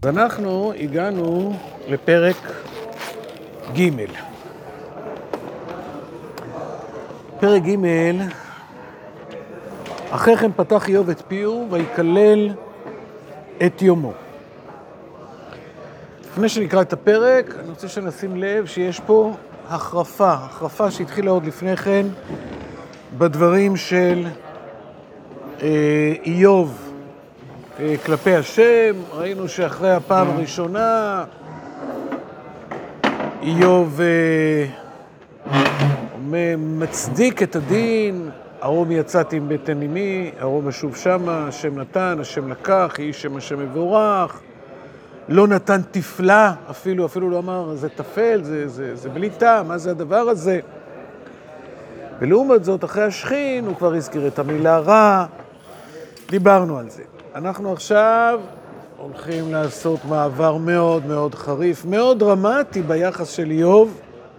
אז אנחנו הגענו לפרק ג'. פרק ג', אחרי כן פתח איוב את פיהו ויקלל את יומו. לפני שנקרא את הפרק, אני רוצה שנשים לב שיש פה החרפה שהתחילה עוד לפני כן בדברים של איוב כלפי השם. ראינו שאחרי הפעם הראשונה איוב מצדיק את הדין, ארום יצאתי מבטן אמי, ארום אשוב שמה, השם נתן, השם לקח, יהי שם השם מבורך. לא נתן תפלה, אפילו לא אמר, זה תפל, זה בלי טעם, מה זה הדבר הזה? ולעומת זאת, אחרי השכין, הוא כבר הזכיר את המילה רע, דיברנו על זה. אנחנו עכשיו הולכים לעשות מעבר מאוד מאוד חריף, מאוד דרמטי ביחס של איוב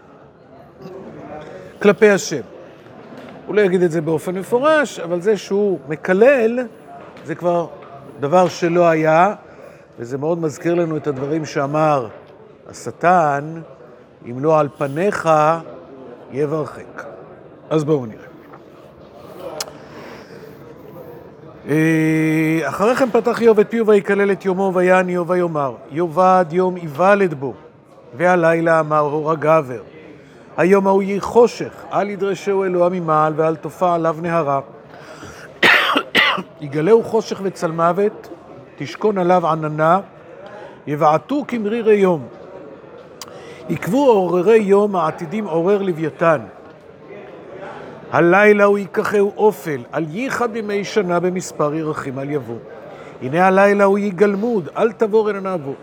כלפי השם. הוא לא יגיד את זה באופן מפורש, אבל זה שהוא מקלל, זה כבר דבר שלא היה, וזה מאוד מזכיר לנו את הדברים שאמר השטן, אם לא על פניך יברכך. אז בואו נראה. אחרי כן פתח איוב את פיהו ויקלל את יומו ויען איוב ויאמר, יאבד יום יוולד בו, והלילה אמר הורה גבר. היום ההוא יהי חושך, אל ידרשהו אלוה ממעל ואל תופע עליו נהרה. יגלהו חושך וצל מוות, תשכון עליו עננה, יבעטו כמרירי יום. יקבו עוררי יום העתידים עורר לוויתן. הלילה הוא ייקחהו אופל, על ייחד בימי שנה במספר ירחים על יבוא. הנה הלילה הוא יגלמוד, אל תבור עננה בו.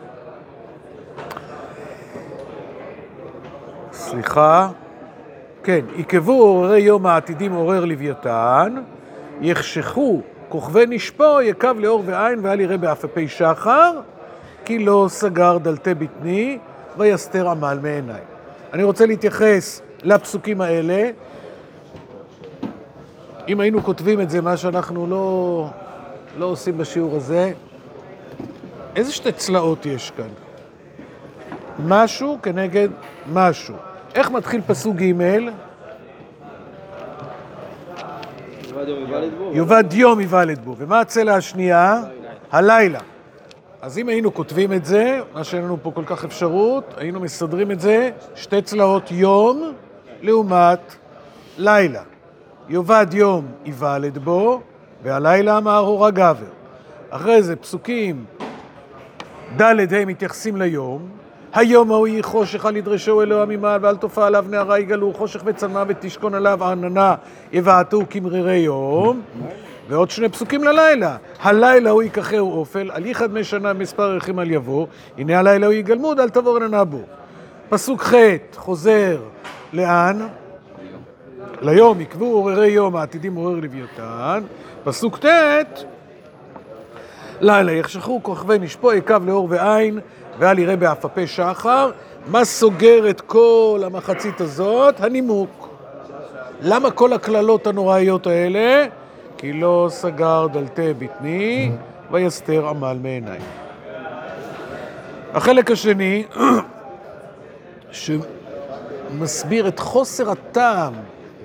כן, יקבו עוררי יום העתידים עורר לוויתן, יחשכו כוכבי נשפו, יקב לאור ועין ואל יראה באפפי שחר, כי לא סגר דלתי בטני ויסתר עמל מעיניי. אני רוצה להתייחס לפסוקים האלה. אם היינו כותבים את זה, מה שאנחנו לא עושים בשיעור הזה, איזה שתי צלעות יש כאן? משהו כנגד משהו. איך מתחיל פסוק ג'? יאבד יום יוולד בו. ומה הצלע השנייה? הלילה. אז אם היינו כותבים את זה, מה שאין לנו פה כל כך אפשרות, היינו מסדרים את זה שתי צלעות יום לעומת לילה. יאבד יום יוולד בו, והלילה אמר הורה גבר. אחרי זה פסוקים ד' הם מתייחסים ליום. היום ההוא יהי חושך, אל ידרשהו אלוה ממעל ואל תופע עליו נהרה, יגלו חושך וצל מוות תשכון עליו עננה, יבעטו כמרירי יום. ועוד שני פסוקים ללילה. הלילה הוא ייקחהו אופל, על ייחד בימי שנה במספר ירחים על יבוא. הנה הלילה הוא יגלמוד, אל תבור עננה בו. פסוק ח' חוזר לאן? ליום. יקבו עוררי יום העתידים עורר לוויתן. פסוק ט' לילה יחשכו כוכבי נשפו, יקב לאור ועין ואל יראה באפפי שחר. מה סוגר את כל המחצית הזאת? הנימוק. למה כל הכללות הנוראיות האלה? כי לא סגר דלתי בטני ויסתר עמל מעיניי. החלק השני שמסביר את חוסר הטעם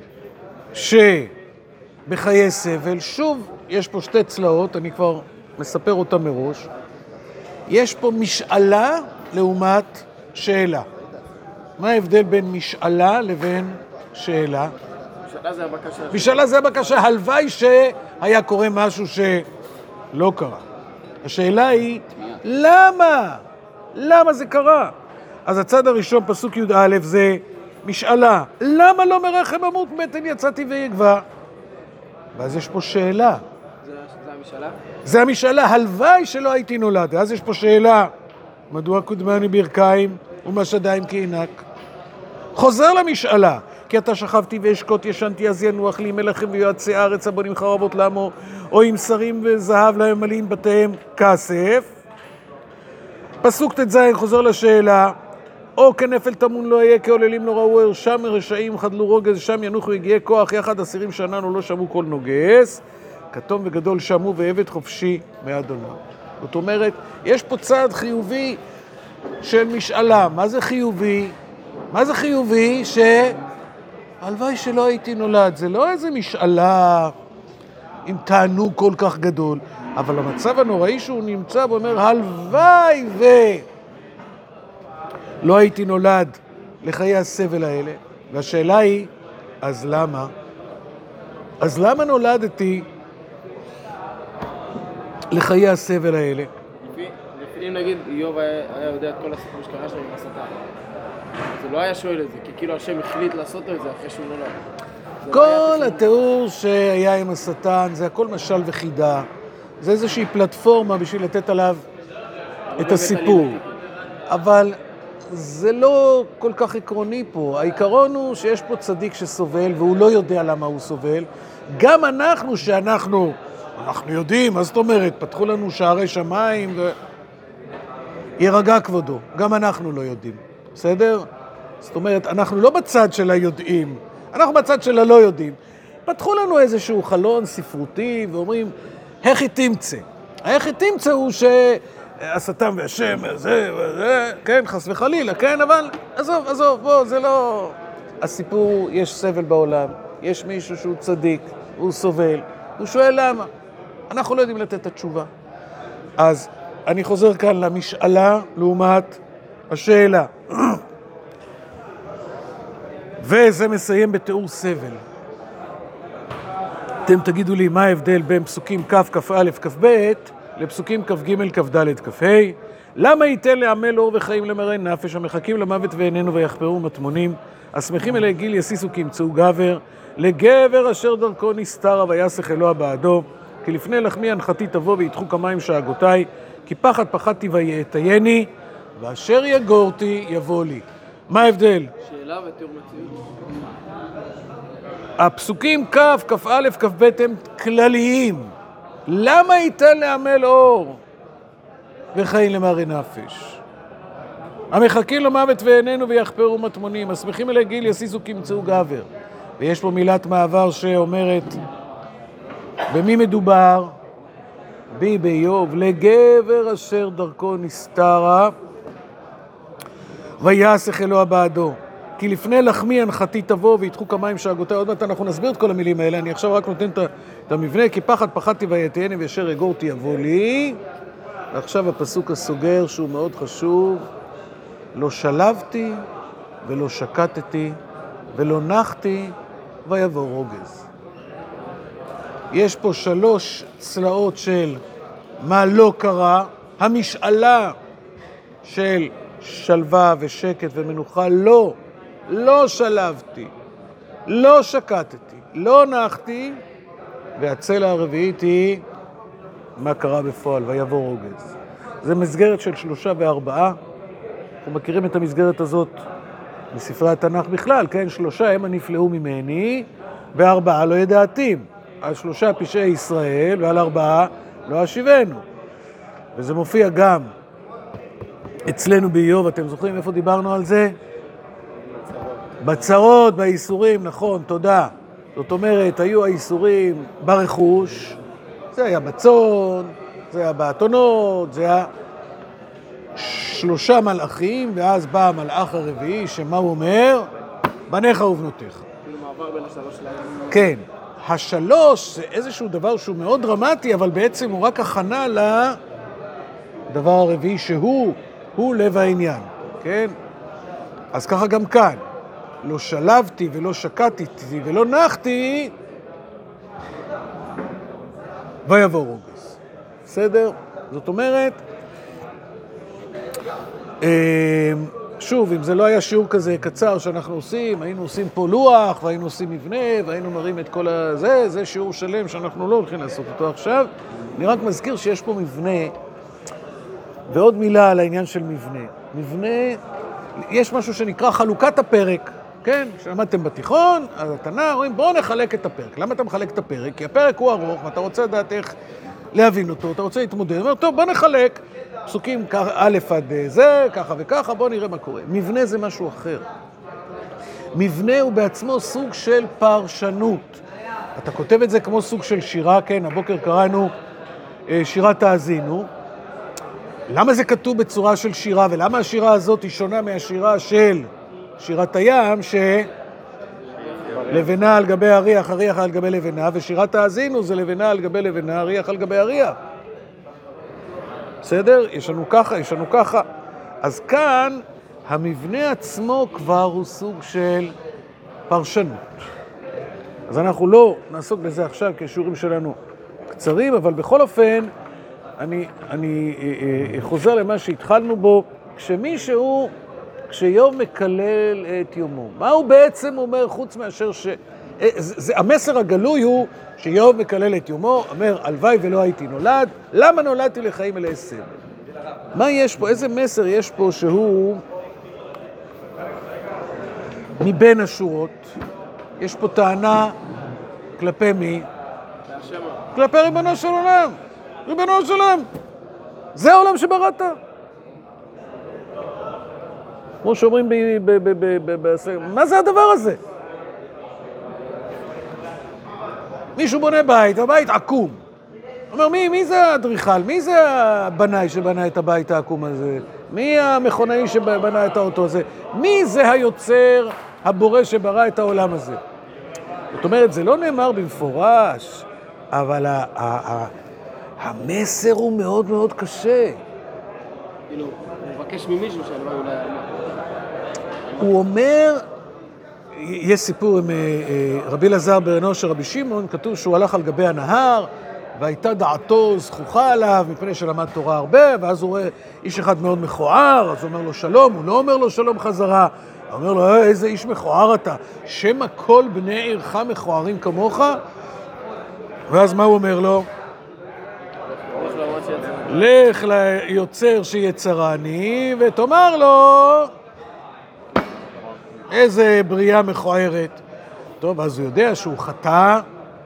שבחיי סבל. שוב, יש פה שתי צלעות, אני כבר מספר אותה מראש. יש פה משאלה לעומת שאלה. מה ההבדל בין משאלה לבין שאלה? משאלה זה הבקשה. הלוואי שהיה קורה משהו שלא קרה. השאלה היא, למה? למה זה קרה? אז הצד הראשון, פסוק י"א, זה משאלה. למה לא מרחם אמות בטן יצאתי ויגבה? ואז יש פה שאלה. זה המשאלה? זה המשאלה, הלוואי שלא הייתי נולד. אז יש פה שאלה, מדוע קודמני ברכיים ומשדיים כעינק? חוזר למשאלה. כי אתה שכבתי ואשקוט ישנתי אז ינוח לי מלכים ויועצי ארץ הבונים חרבות לעמו, או עם שרים וזהב להם מלאים בתיהם כסף. פסוק ט"ז חוזר לשאלה, או כנפל תמון לא יהיה, כעוללים לא ראו, שם רשעים חדלו רוגז, שם ינוחו יגיעי כוח, יחד אסירים שננו לא שמעו כל נוגס, כתום וגדול שמעו ועבד חופשי מאדונו. זאת אומרת, יש פה צעד חיובי של משאלה. מה זה חיובי? מה זה חיובי? הלוואי שלא הייתי נולד. זה לא איזה משאלה עם תענוג כל כך גדול, אבל המצב הנוראי שהוא נמצא בו אומר, הלוואי לא הייתי נולד לחיי הסבל האלה. והשאלה היא, אז למה? אז למה נולדתי לחיי הסבל האלה? לפעמים נגיד, איוב היה יודע את כל הסיפור שקרה שלו עם השטן. אז הוא לא היה שואל את זה, כי כאילו השם החליט לעשות את זה אחרי שהוא נולד. כל התיאור שהיה עם השטן, זה הכל משל וחידה. זה איזושהי פלטפורמה בשביל לתת עליו את הסיפור. אבל זה לא כל כך עקרוני פה. העיקרון הוא שיש פה צדיק שסובל, והוא לא יודע למה הוא סובל. גם אנחנו, שאנחנו יודעים, מה זאת אומרת? פתחו לנו שערי שמיים, ירגע כבודו. גם אנחנו לא יודעים. בסדר? זאת אומרת, אנחנו לא בצד של היודעים, אנחנו בצד של הלא יודעים. פתחו לנו איזשהו חלון ספרותי ואומרים, איך היא תמצא? איך היא תמצא הוא שהשטן והשם, זה, כן, חס וחלילה, כן, אבל עזוב, בוא, זה לא... הסיפור, יש סבל בעולם, יש מישהו שהוא צדיק, הוא סובל, הוא שואל למה. אנחנו לא יודעים לתת את התשובה. אז אני חוזר כאן למשאלה לעומת השאלה. וזה מסיים בתיאור סבל. אתם תגידו לי מה ההבדל בין פסוקים כ', כ"א, כ"ב לפסוקים כ"ג, כ"ד, כ"ה. למה ייתן לעמל אור וחיים למראי נפש המחכים למוות ואיננו ויחפרו מטמונים, השמחים אלי גיל יסיסו כי ימצאו גבר, לגבר אשר דרכו נסתרה ויסך אלוה בעדו, כי לפני לחמי הנחתי תבוא ויתחו כמים שאגותיי, כי פחד פחדתי ויעתייני, ואשר יגורתי יבוא לי. מה ההבדל? שאלה ותיאור מציאות. הפסוקים כ', כ"א, כ"ב הם כלליים. למה ייתן לעמל אור וחיים למראי נפש? המחכים למוות ואיננו ויחפרו מטמונים, השמחים אלי גיל יסיסו כי ימצאו גבר. ויש פה מילת מעבר שאומרת, במי מדובר? בי באיוב, לגבר אשר דרכו נסתרה ויסך אלוה בעדו. כי לפני לחמי הנחתי תבוא ויתחו כמים שאגותיי. עוד מעט אנחנו נסביר את כל המילים האלה, אני עכשיו רק נותן את המבנה, כי פחד פחדתי ויעתייני ואשר יגורתי יבוא לי. ועכשיו הפסוק הסוגר שהוא מאוד חשוב, לא שלבתי ולא שקטתי ולא נחתי ויבוא רוגז. יש פה 3 צלעות של מה לא קרה, המשאלה של שלווה ושקט ומנוחה, לא שלבתי, לא שקטתי, לא נחתי, והצלע הרביעית היא מה קרה בפועל, ויבוא רוגז. זה מסגרת של 3 ו4, אנחנו מכירים את המסגרת הזאת מספרי התנ"ך בכלל, כן? 3 הם הנפלאו ממני, ו4 לא ידעתים. על 3 פשעי ישראל, ועל 4 לא אשיבנו. וזה מופיע גם אצלנו באיוב, אתם זוכרים איפה דיברנו על זה? בצרות, בייסורים, נכון, תודה. זאת אומרת, היו הייסורים ברכוש, זה היה בצאן, זה היה באתונות, זה היה 3 מלאכים, ואז בא המלאך הרביעי, שמה הוא אומר? בניך ובנותיך. כאילו מעבר בין 3 להם. כן. 3 זה איזשהו דבר שהוא מאוד דרמטי, אבל בעצם הוא רק הכנה לדבר הרביעי שהוא לב העניין, כן? אז ככה גם כאן, לא שלבתי ולא שקטתי ולא נחתי, ויבוא רוגז. בסדר? זאת אומרת, שוב, אם זה לא היה שיעור כזה קצר שאנחנו עושים, היינו עושים פה לוח, והיינו עושים מבנה, והיינו מראים את כל הזה, זה שיעור שלם שאנחנו לא הולכים לעשות אותו עכשיו. אני רק מזכיר שיש פה מבנה, ועוד מילה על העניין של מבנה. מבנה, יש משהו שנקרא חלוקת הפרק, כן? כשלמדתם בתיכון, אז התנ"ך אומרים, בואו נחלק את הפרק. למה אתה מחלק את הפרק? כי הפרק הוא ארוך, ואתה רוצה לדעת איך להבין אותו, אתה רוצה להתמודד. אומר, טוב, בוא נחלק. פסוקים א' עד זה, ככה וככה, בואו נראה מה קורה. מבנה זה משהו אחר. מבנה הוא בעצמו סוג של פרשנות. אתה כותב את זה כמו סוג של שירה, כן, הבוקר קראנו שירת האזינו, למה זה כתוב בצורה של שירה, ולמה השירה הזאת היא שונה מהשירה של שירת הים, לבנה על גבי הריח, הריח על גבי לבנה, ושירת האזינו זה לבנה על גבי לבנה, הריח על גבי הריח. בסדר? יש לנו ככה, יש לנו ככה. אז כאן המבנה עצמו כבר הוא סוג של פרשנות. אז אנחנו לא נעסוק בזה עכשיו, כי השיעורים שלנו קצרים, אבל בכל אופן, אני חוזר למה שהתחלנו בו, כשיוב מקלל את יומו. מה הוא בעצם אומר חוץ מאשר המסר הגלוי הוא שיוב מקלל את יומו, אומר, הלוואי ולא הייתי נולד, למה נולדתי לחיים מלאי סבל? מה יש פה, איזה מסר יש פה שהוא מבין השורות? יש פה טענה כלפי מי? כלפי ריבונו של עולם. ריבונו של עולם. זה העולם שבראת. כמו שאומרים מה זה הדבר הזה? מישהו בונה בית, הבית עקום. אומר, מי זה האדריכל? מי זה הבנאי שבנה את הבית העקום הזה? מי המכונאי שבנה את האוטו הזה? מי זה היוצר, הבורא שברא את העולם הזה? זאת אומרת, זה לא נאמר במפורש, אבל המסר הוא מאוד מאוד קשה. כאילו, הוא מבקש ממישהו שלא אולי... הוא אומר, יש סיפור עם רבי אלעזר בנו של רבי שמעון, כתוב שהוא הלך על גבי הנהר, והייתה דעתו זכוכה עליו, מפני שלמד תורה הרבה, ואז הוא רואה איש אחד מאוד מכוער, אז הוא אומר לו שלום, הוא לא אומר לו שלום חזרה, הוא אומר לו, איזה איש מכוער אתה, שמא כל בני עירך מכוערים כמוך, ואז מה הוא אומר לו? לך ליוצר שיצרני, ותאמר לו, איזה בריאה מכוערת. טוב, אז הוא יודע שהוא חטא,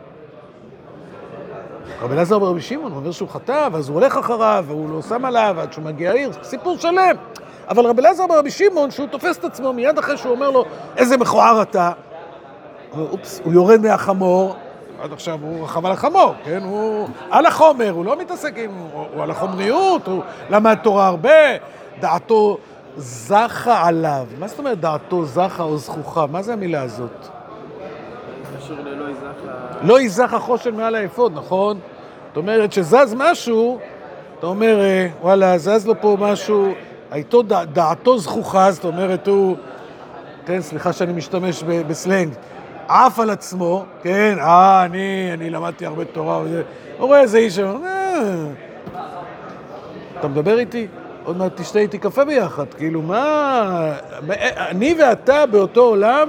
רבי אלעזר ברבי שמעון, הוא אומר שהוא חטא, ואז הוא הולך אחריו, והוא לא שם עליו, עד שהוא מגיע העיר, סיפור שלם. אבל רבי אלעזר ברבי שמעון, שהוא תופס את עצמו מיד אחרי שהוא אומר לו, איזה מכוער אתה, אופס, הוא יורד מהחמור, עד עכשיו הוא רחב על החמור, כן? הוא על החומר, הוא לא מתעסק עם, הוא על החומריות, הוא למד תורה הרבה, דעתו זכה עליו. מה זאת אומרת דעתו זכה או זכוכה? מה זה המילה הזאת? קשור ללא יזך לא יזך החושן מעל האפוד, נכון? זאת אומרת שזז משהו, אתה אומר, וואלה, זז לו פה משהו, הייתו דעתו זכוכה, זאת אומרת, הוא, כן, סליחה שאני משתמש בסלנג, עף על עצמו, כן, אני למדתי הרבה תורה, הוא רואה איזה איש, אתה מדבר איתי? עוד מעט תשתה איתי קפה ביחד, כאילו, מה, אני ואתה באותו עולם?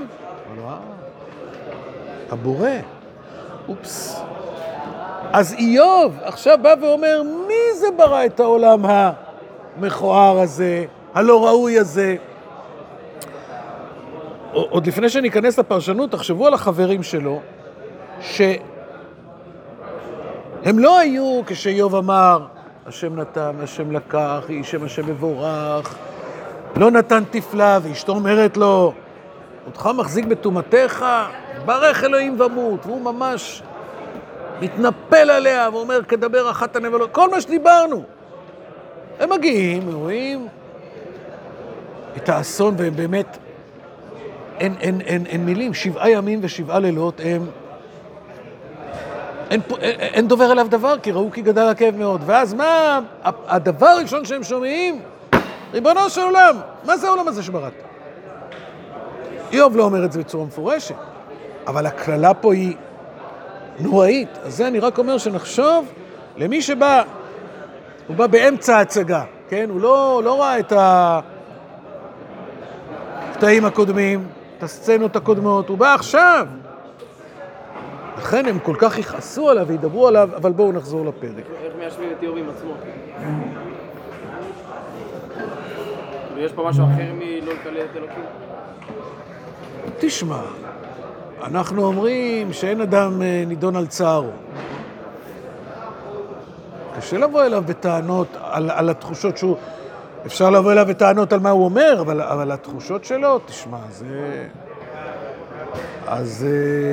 הבורא, אופס. אז איוב עכשיו בא ואומר, מי זה ברא את העולם המכוער הזה, הלא ראוי הזה? עוד לפני שניכנס לפרשנות, תחשבו על החברים שלו, שהם לא היו כשאיוב אמר, השם נתן, השם לקח, יהי שם השם מבורך, לא נתן תפלה, ואשתו אומרת לו, אותך מחזיק בתומתך, ברך אלוהים ומות, והוא ממש מתנפל עליה ואומר, כדבר אחת הנבלות, כל מה שדיברנו. הם מגיעים, הם רואים את האסון, והם באמת, אין מילים, 7 ימים ו7 לילות, אין דובר אליו דבר, כי ראו כי גדל הכאב מאוד. ואז מה, הדבר הראשון שהם שומעים, ריבונו של עולם, מה זה העולם הזה שבראת? איוב לא אומר את זה בצורה מפורשת, אבל הכללה פה היא נוראית. אז זה אני רק אומר שנחשוב למי שבא, הוא בא באמצע ההצגה, כן? הוא לא ראה את הקטעים הקודמים, את הסצנות הקודמות, הוא בא עכשיו. לכן הם כל כך יכעסו עליו וידברו עליו, אבל בואו נחזור לפרק. איך מיישבים את איוב עם עצמו? ויש פה משהו אחר מלא לקלל את אלוקים? תשמע, אנחנו אומרים שאין אדם נידון על צערו. קשה לבוא אליו בטענות על התחושות שהוא... אפשר לבוא אליו בטענות על מה הוא אומר, אבל התחושות שלו, תשמע, זה... אז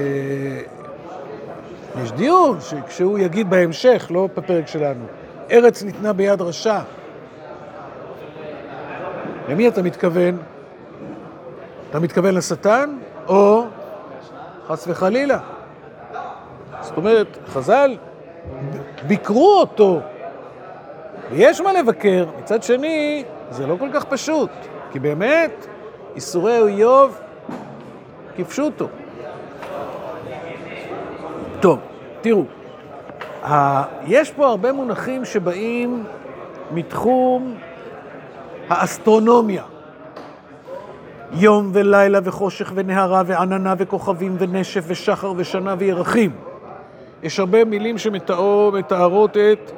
יש דיון שכשהוא יגיד בהמשך, לא בפרק שלנו, ארץ ניתנה ביד רשע. למי אתה מתכוון? אתה מתכוון לשטן, או חס וחלילה? זאת אומרת, חז"ל ביקרו אותו, ויש מה לבקר. מצד שני, זה לא כל כך פשוט, כי באמת, איסורי איוב כפשוטו. טוב, תראו, יש פה הרבה מונחים שבאים מתחום האסטרונומיה. יום ולילה וחושך ונהרה ועננה וכוכבים ונשף ושחר ושנה וירחים. יש הרבה מילים שמתארות את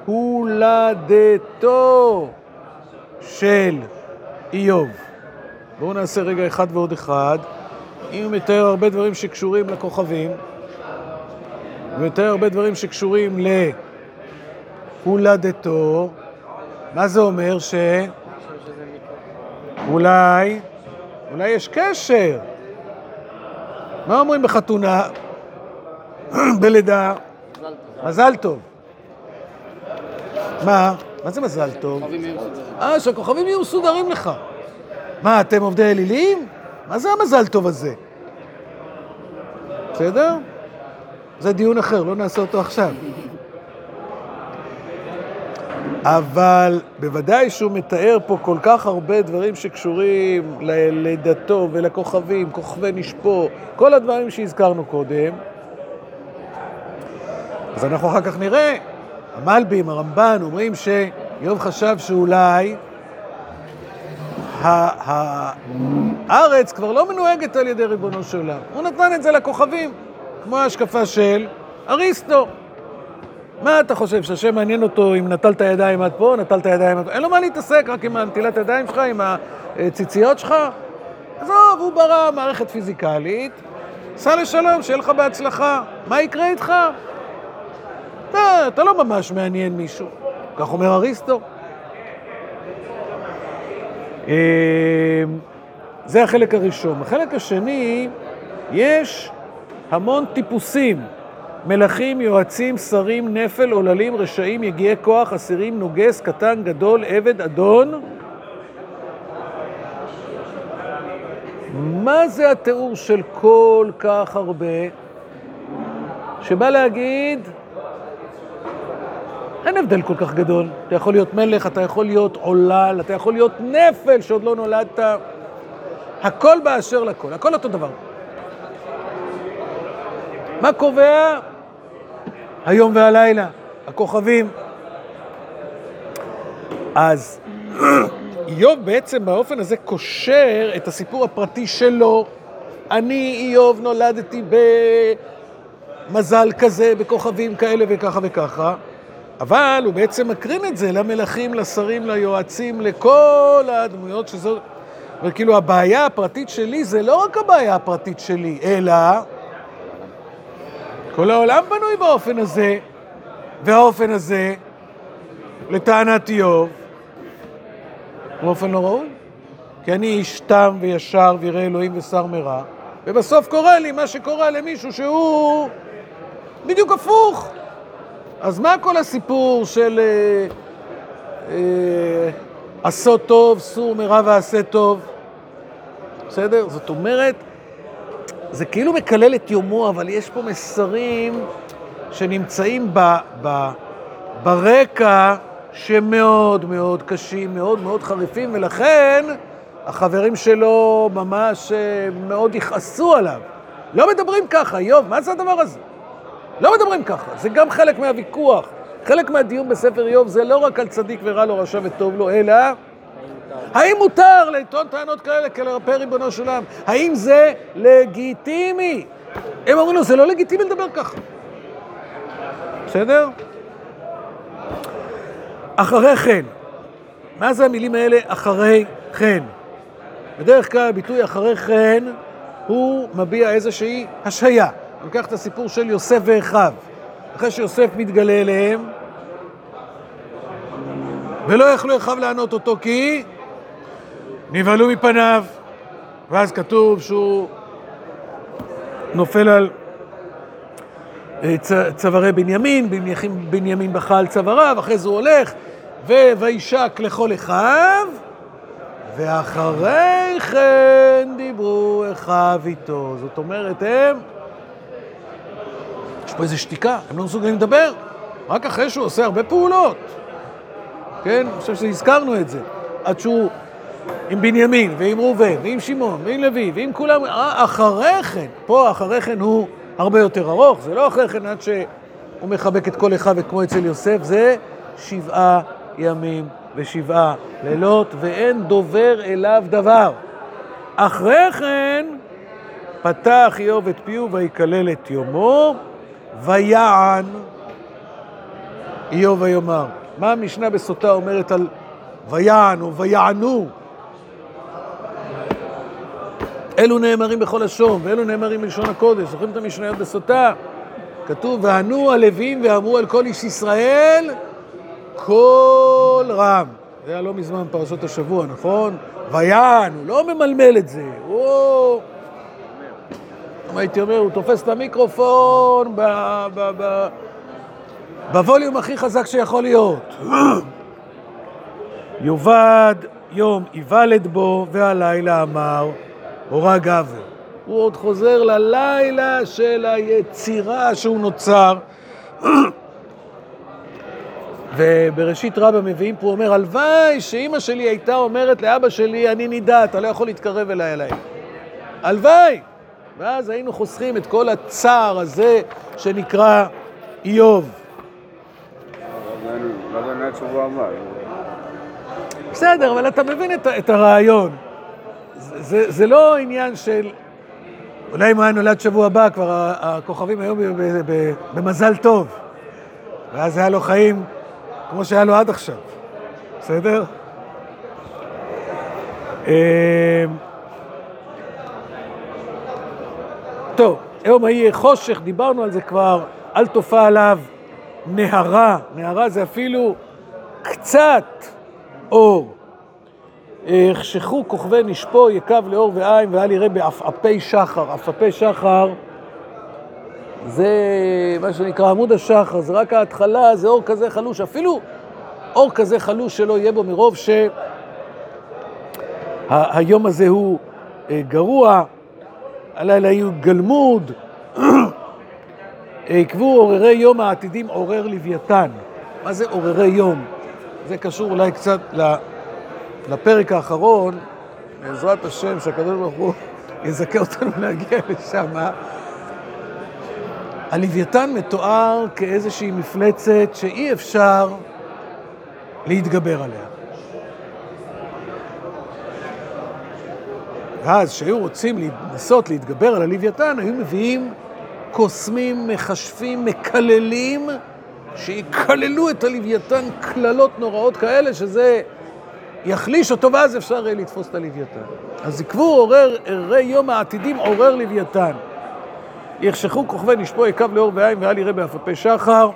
הולדתו של איוב. בואו נעשה רגע אחד ועוד אחד. אם הוא מתאר הרבה דברים שקשורים לכוכבים, ומתאר הרבה דברים שקשורים להולדתו, מה זה אומר? אולי יש קשר. מה אומרים בחתונה? בלידה? מזל טוב. מה זה מזל טוב? שהכוכבים יהיו מסודרים לך. מה, אתם עובדי אלילים? מה זה המזל טוב הזה? בסדר? זה דיון אחר, לא נעשה אותו עכשיו. אבל בוודאי שהוא מתאר פה כל כך הרבה דברים שקשורים ללידתו ולכוכבים, כוכבי נשפו, כל הדברים שהזכרנו קודם. אז אנחנו אחר כך נראה, המלבים, הרמב"ן, אומרים שאיוב חשב שאולי הארץ כבר לא מנוהגת על ידי ריבונו של עולם. הוא נתן את זה לכוכבים, כמו ההשקפה של אריסטו. מה אתה חושב, שהשם מעניין אותו אם נטלת ידיים עד פה, נטלת ידיים עד פה? אין לו מה להתעסק רק עם הנטילת ידיים שלך, עם הציציות שלך? עזוב, הוא ברא מערכת פיזיקלית, סע לשלום, שיהיה לך בהצלחה. מה יקרה איתך? אתה לא ממש מעניין מישהו. כך אומר אריסטו. זה החלק הראשון. החלק השני, יש המון טיפוסים. מלכים, יועצים, שרים, נפל, עוללים, רשעים, יגיעי כוח, אסירים, נוגס, קטן, גדול, עבד, אדון. מה זה התיאור של כל כך הרבה? שבא להגיד, אין הבדל כל כך גדול. אתה יכול להיות מלך, אתה יכול להיות עולל, אתה יכול להיות נפל שעוד לא נולדת. הכל באשר לכל, הכל אותו דבר. מה קובע? היום והלילה, הכוכבים. אז איוב בעצם באופן הזה קושר את הסיפור הפרטי שלו. אני, איוב, נולדתי במזל כזה, בכוכבים כאלה וככה וככה. אבל הוא בעצם מקרין את זה למלכים, לשרים, ליועצים, לכל הדמויות שזו. וכאילו הבעיה הפרטית שלי זה לא רק הבעיה הפרטית שלי, אלא כל העולם בנוי באופן הזה, והאופן הזה, לטענת איוב, באופן לא ראוי. כי אני איש תם וישר וירא אלוהים ושר מרע, ובסוף קורה לי מה שקורה למישהו שהוא בדיוק הפוך. אז מה כל הסיפור של עשות טוב, סור מרע ועשה טוב? בסדר? זאת אומרת, זה כאילו מקלל את יומו, אבל יש פה מסרים שנמצאים ברקע שמאוד מאוד קשים, מאוד מאוד חריפים, ולכן החברים שלו ממש מאוד יכעסו עליו. לא מדברים ככה, איוב, מה זה הדבר הזה? לא מדברים ככה, זה גם חלק מהוויכוח. חלק מהדיון בספר איוב זה לא רק על צדיק ורע לו, רשע וטוב לו, אלא האם מותר לטעון טענות כאלה כלפי ריבונו של עולם? האם זה לגיטימי? הם אומרים לו, זה לא לגיטימי לדבר ככה. בסדר? אחרי כן. מה זה המילים האלה אחרי כן? בדרך כלל הביטוי אחרי כן הוא מביע איזושהי השהיה. הוא לוקח את הסיפור של יוסף ואחיו. אחרי שיוסף מתגלה אליהם, ולא יכלו אחיו לענות אותו כי נבהלו מפניו, ואז כתוב שהוא נופל על צווארי בנימין, בנימין בכה על צוואריו, אחרי זה הוא הולך, וישק לכל אחיו, ואחרי כן דיברו אחיו איתו. זאת אומרת, יש פה איזו שתיקה, הם לא מסוגלים לדבר. רק אחרי שהוא עושה הרבה פעולות. כן? אני חושב שהזכרנו את זה. עד שהוא עם בנימין, ועם ראובן, ועם שמעון, ועם לוי, ועם כולם, אחרי כן, פה אחרי כן הוא הרבה יותר ארוך, זה לא אחרי כן עד שהוא מחבק את כל אחד וכמו אצל יוסף, זה 7 ימים ו7 לילות, ואין דובר אליו דבר. אחרי כן פתח איוב את פיו ויקלל את יומו, ויען איוב ויאמר. מה המשנה בסוטה אומרת על ויען או ויענו? אלו נאמרים בכל לשון, ואלו נאמרים בלשון הקודש. זוכרים את המשניות בסוטה? כתוב, וענו הלווים ואמרו על כל איש ישראל, כל רם. זה היה לא מזמן פרשות השבוע, נכון? ויען, הוא לא ממלמל את זה. מה הייתי אומר? הוא תופס את המיקרופון בווליום הכי חזק שיכול להיות. יובד יום יוולד בו, והלילה אמר, הורג עוול. הוא עוד חוזר ללילה של היצירה שהוא נוצר. ובראשית רבה מביאים פה, הוא אומר, הלוואי שאמא שלי הייתה אומרת לאבא שלי, אני נידה, אתה לא יכול להתקרב אליי אליי. הלוואי. ואז היינו חוסכים את כל הצער הזה שנקרא איוב. לא יודע נעד שבוע הבא. בסדר, אבל אתה מבין את הרעיון. זה לא עניין של... אולי אם היה נולד שבוע הבא, כבר הכוכבים היו במזל טוב. ואז היה לו חיים כמו שהיה לו עד עכשיו. בסדר? טוב, היום יהיה חושך, דיברנו על זה כבר, אל תופע עליו נהרה. נהרה זה אפילו קצת אור. החשכו כוכבי נשפו, יקב לאור ועין, ואל יראה בעפעפי שחר. עפעפי שחר זה מה שנקרא עמוד השחר, זה רק ההתחלה, זה אור כזה חלוש. אפילו אור כזה חלוש שלא יהיה בו מרוב שהיום הזה הוא גרוע, הלילה יהיו גלמוד, עקבו עוררי יום העתידים עורר לוויתן. מה זה עוררי יום? זה קשור אולי קצת לפרק האחרון, בעזרת השם, שהקדוש ברוך הוא יזכה אותנו להגיע לשם. הלוויתן מתואר כאיזושהי מפלצת שאי אפשר להתגבר עליה. ואז שהיו רוצים לנסות להתגבר על הלוויתן, היו מביאים קוסמים, מחשבים, מקללים, שיקללו את הלוויתן כללות נוראות כאלה, שזה יחליש אותו, ואז אפשר לתפוס את הלוויתן. אז יקבו עוררי יום העתידים עורר לוויתן. יחשכו כוכבי נשפו, יקב לאור ועין, ואל יראה בעפעפי שחר.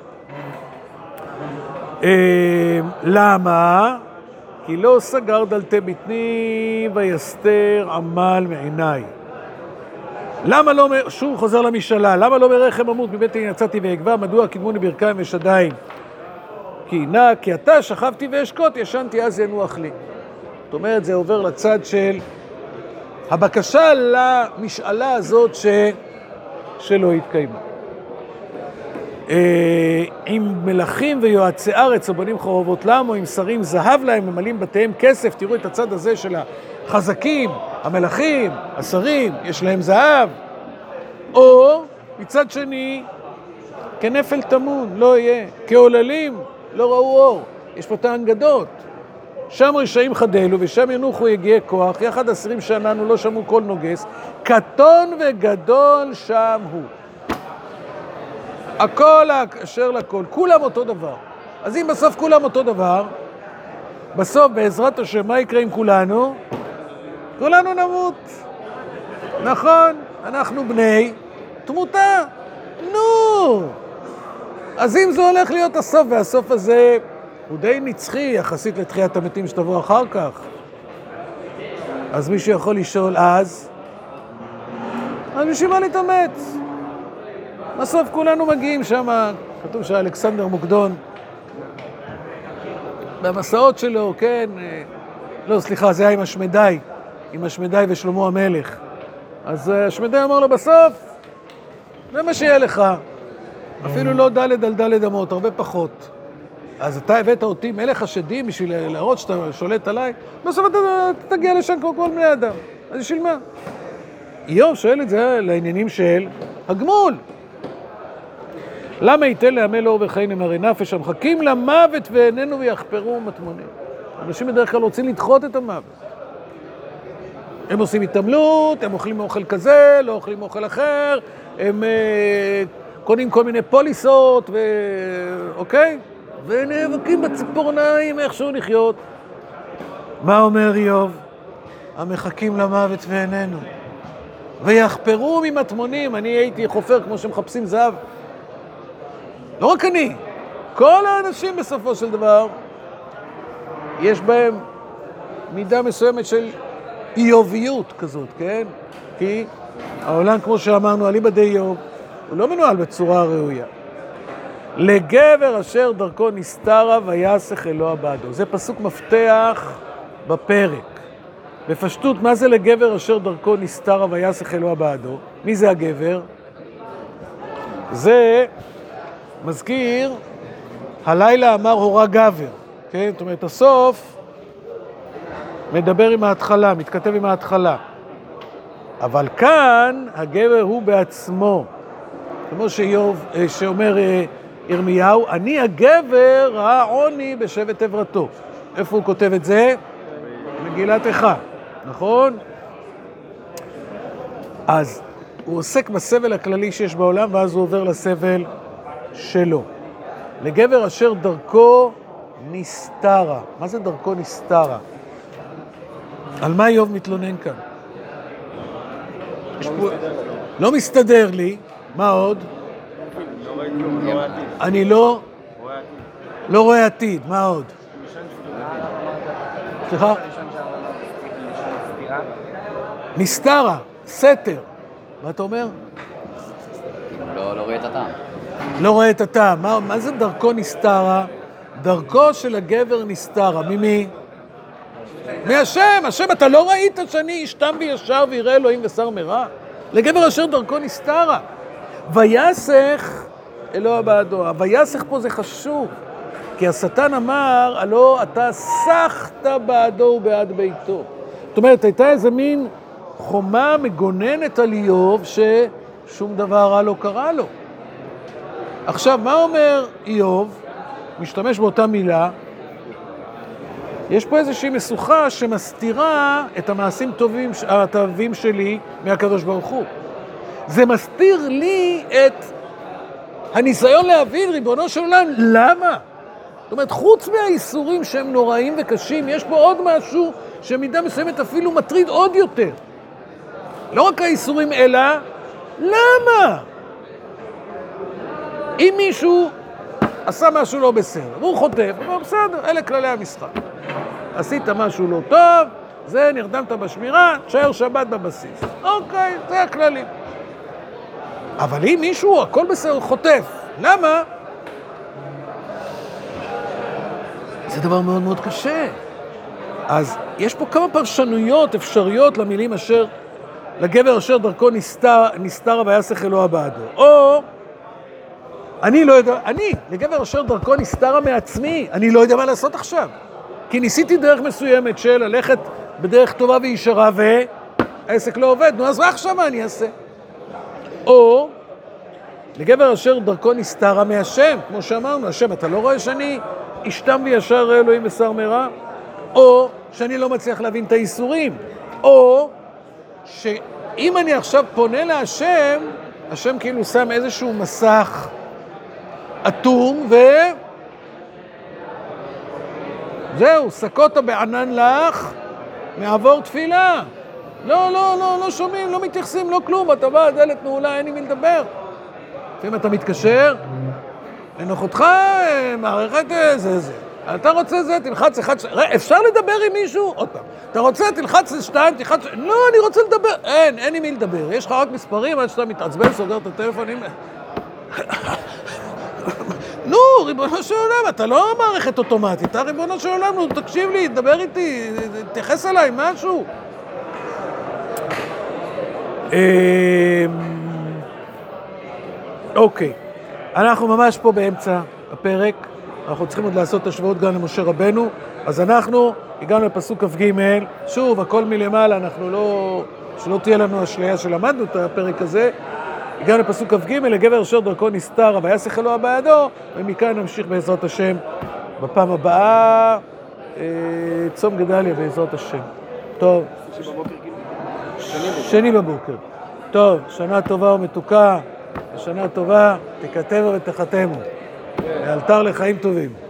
למה? כי לא סגר דלתי בטני ויסתר עמל מעיניי. למה לא, שוב חוזר למשאלה, למה לא מרחם עמוד מבטן יצאתי ואגבה, מדוע קדמוני ברכיים ושדיים? כי כי אתה שכבתי ואשקוט, ישנתי אז ינוח לי. זאת אומרת, זה עובר לצד של הבקשה למשאלה הזאת שלא התקיימה. עם מלכים ויועצי ארץ או בנים חורבות לם, או עם שרים זהב להם, ממלאים בתיהם כסף. תראו את הצד הזה של החזקים, המלכים, השרים, יש להם זהב. או מצד שני, כנפל תמון, לא יהיה. כעוללים, לא ראו אור. יש פה תענגדות. שם רשעים חדלו ושם ינוחו יגיעי כוח, יחד 20 שנה לא שמעו כל נוגס, קטון וגדול שם הוא. הכל אשר לכל, כולם אותו דבר. אז אם בסוף כולם אותו דבר, בסוף בעזרת השם, מה יקרה עם כולנו? כולנו נמות. נכון, אנחנו בני תמותה. נו! אז אם זה הולך להיות הסוף, והסוף הזה הוא די נצחי יחסית לתחיית המתים שתבוא אחר כך, אז מישהו יכול לשאול אז בשביל מה להתאמץ? בסוף כולנו מגיעים שם. כתוב שאלכסנדר מוקדון במסעות שלו, כן, לא, סליחה, זה היה עם השמדי, עם השמדי ושלמה המלך. אז השמדי אמר לו בסוף, זה מה שיהיה לך. אפילו לא דלת על דלת אמות, הרבה פחות. אז אתה הבאת אותי מלך השדים בשביל להראות שאתה שולט עליי, בסוף אתה תגיע לשם כמו כל בני אדם. אז בשביל מה? איוב שואל את זה לעניינים של הגמול. למה ייתן לעמל אור וחיים הם הרי נפש המחכים למוות ואיננו ויחפרו מטמונים? אנשים בדרך כלל רוצים לדחות את המוות. הם עושים התעמלות, הם אוכלים אוכל כזה, לא אוכלים אוכל אחר, הם קונים כל מיני פוליסות, אוקיי? ונאבקים בציפורניים איכשהו לחיות. מה אומר איוב? המחכים למוות ואיננו. ויחפרו ממטמונים, אני הייתי חופר כמו שמחפשים זהב. לא רק אני, כל האנשים בסופו של דבר, יש בהם מידה מסוימת של איוביות כזאת, כן? כי העולם, כמו שאמרנו, אליבא דאיוב, הוא לא מנוהל בצורה ראויה. לגבר אשר דרכו נסתרה ויסך אלוה בעדו. זה פסוק מפתח בפרק. בפשטות, מה זה לגבר אשר דרכו נסתרה ויסך אלוה בעדו? מי זה הגבר? זה מזכיר, הלילה אמר הורה גבר, כן? זאת אומרת, הסוף מדבר עם ההתחלה, מתכתב עם ההתחלה. אבל כאן הגבר הוא בעצמו. כמו שאומר ירמיהו, אני הגבר העוני בשבט עברתו. איפה הוא כותב את זה? מגילת איכה, נכון? אז הוא עוסק בסבל הכללי שיש בעולם, ואז הוא עובר לסבל שלו. לגבר אשר דרכו נסתרה. מה זה דרכו נסתרה? על מה איוב מתלונן כאן? לא מסתדר לי. מה עוד? אני לא רואה עתיד. מה עוד? סליחה? נסתרה, סתר. מה אתה אומר? לא רואה את הטעם. לא רואה את הטעם. מה זה דרכו נסתרה? דרכו של הגבר נסתרה. ממי? מהשם. השם, אתה לא ראית שאני ישתם וישר ויראה אלוהים ושר מרע? לגבר אשר דרכו נסתרה. ויסך אלוה בעדו. ויסך פה זה חשוב. כי השטן אמר, הלא אתה סחת בעדו ובעד ביתו. זאת אומרת, הייתה איזה מין חומה מגוננת על איוב ששום דבר רע לא קרה לו. עכשיו, מה אומר איוב? משתמש באותה מילה. יש פה איזושהי משוכה שמסתירה את המעשים הטובים שלי מהקדוש ברוך הוא. זה מסתיר לי את הניסיון להבין, ריבונו של עולם, למה? זאת אומרת, חוץ מהאיסורים שהם נוראים וקשים, יש פה עוד משהו שמידה מסוימת אפילו מטריד עוד יותר. לא רק האיסורים, אלא למה? אם מישהו עשה משהו לא בסדר, והוא חוטף, הוא אומר, בסדר, אלה כללי המשחק. עשית משהו לא טוב, זה נרדמת בשמירה, תשאר שבת בבסיס. אוקיי, זה הכללי. אבל אם מישהו, הכל בסדר, חוטף. למה? זה דבר מאוד מאוד קשה. אז יש פה כמה פרשנויות אפשריות למילים אשר, לגבר אשר דרכו נסתרה ויסך אלוה בעדו. או, אני לא יודע, לגבר אשר דרכו נסתרה מעצמי, אני לא יודע מה לעשות עכשיו. כי ניסיתי דרך מסוימת של ללכת בדרך טובה וישרה והעסק לא עובד. נו, אז מה עכשיו מה אני אעשה? או, לגבר אשר דרכו נסתרה מהשם, כמו שאמרנו, השם, אתה לא רואה שאני ישתם וישר אלוהים ושר מרע? או שאני לא מצליח להבין את האיסורים? או שאם אני עכשיו פונה להשם, השם כאילו שם איזשהו מסך אטום זהו, סקות בענן לך, מעבור תפילה. לא שומעים, לא מתייחסים, לא כלום, אתה בא, דלת נעולה, אין עם מי לדבר. לפעמים אתה מתקשר, לנוחותך, מערכת זה. אתה רוצה זה, תלחץ אחד, אפשר לדבר עם מישהו? עוד פעם. אתה רוצה, תלחץ 2, תלחץ... לא, אני רוצה לדבר. אין עם מי לדבר. יש לך רק מספרים, עד שאתה מתעצבן, סוגר את הטלפון. נו, ריבונו של עולם, אתה לא מערכת אוטומטית, אתה ריבונו של עולם, נו, תקשיב לי, תדבר איתי, תתייחס אליי, משהו. אוקיי, אנחנו ממש פה באמצע הפרק, אנחנו צריכים עוד לעשות השוואות גם למשה רבנו, אז אנחנו הגענו לפסוק כ"ג, שוב, הכל מלמעלה, אנחנו לא, שלא תהיה לנו אשליה שלמדנו את הפרק הזה, הגענו לפסוק כ"ג, לגבר אשר דרכו נסתר, ויסך אלוה בידו, ומכאן נמשיך בעזרת השם בפעם הבאה, צום גדליה בעזרת השם. טוב. שני בבוקר. טוב, שנה טובה ומתוקה, שנה טובה, תקטמו ותחתמו. לאלתר לחיים טובים.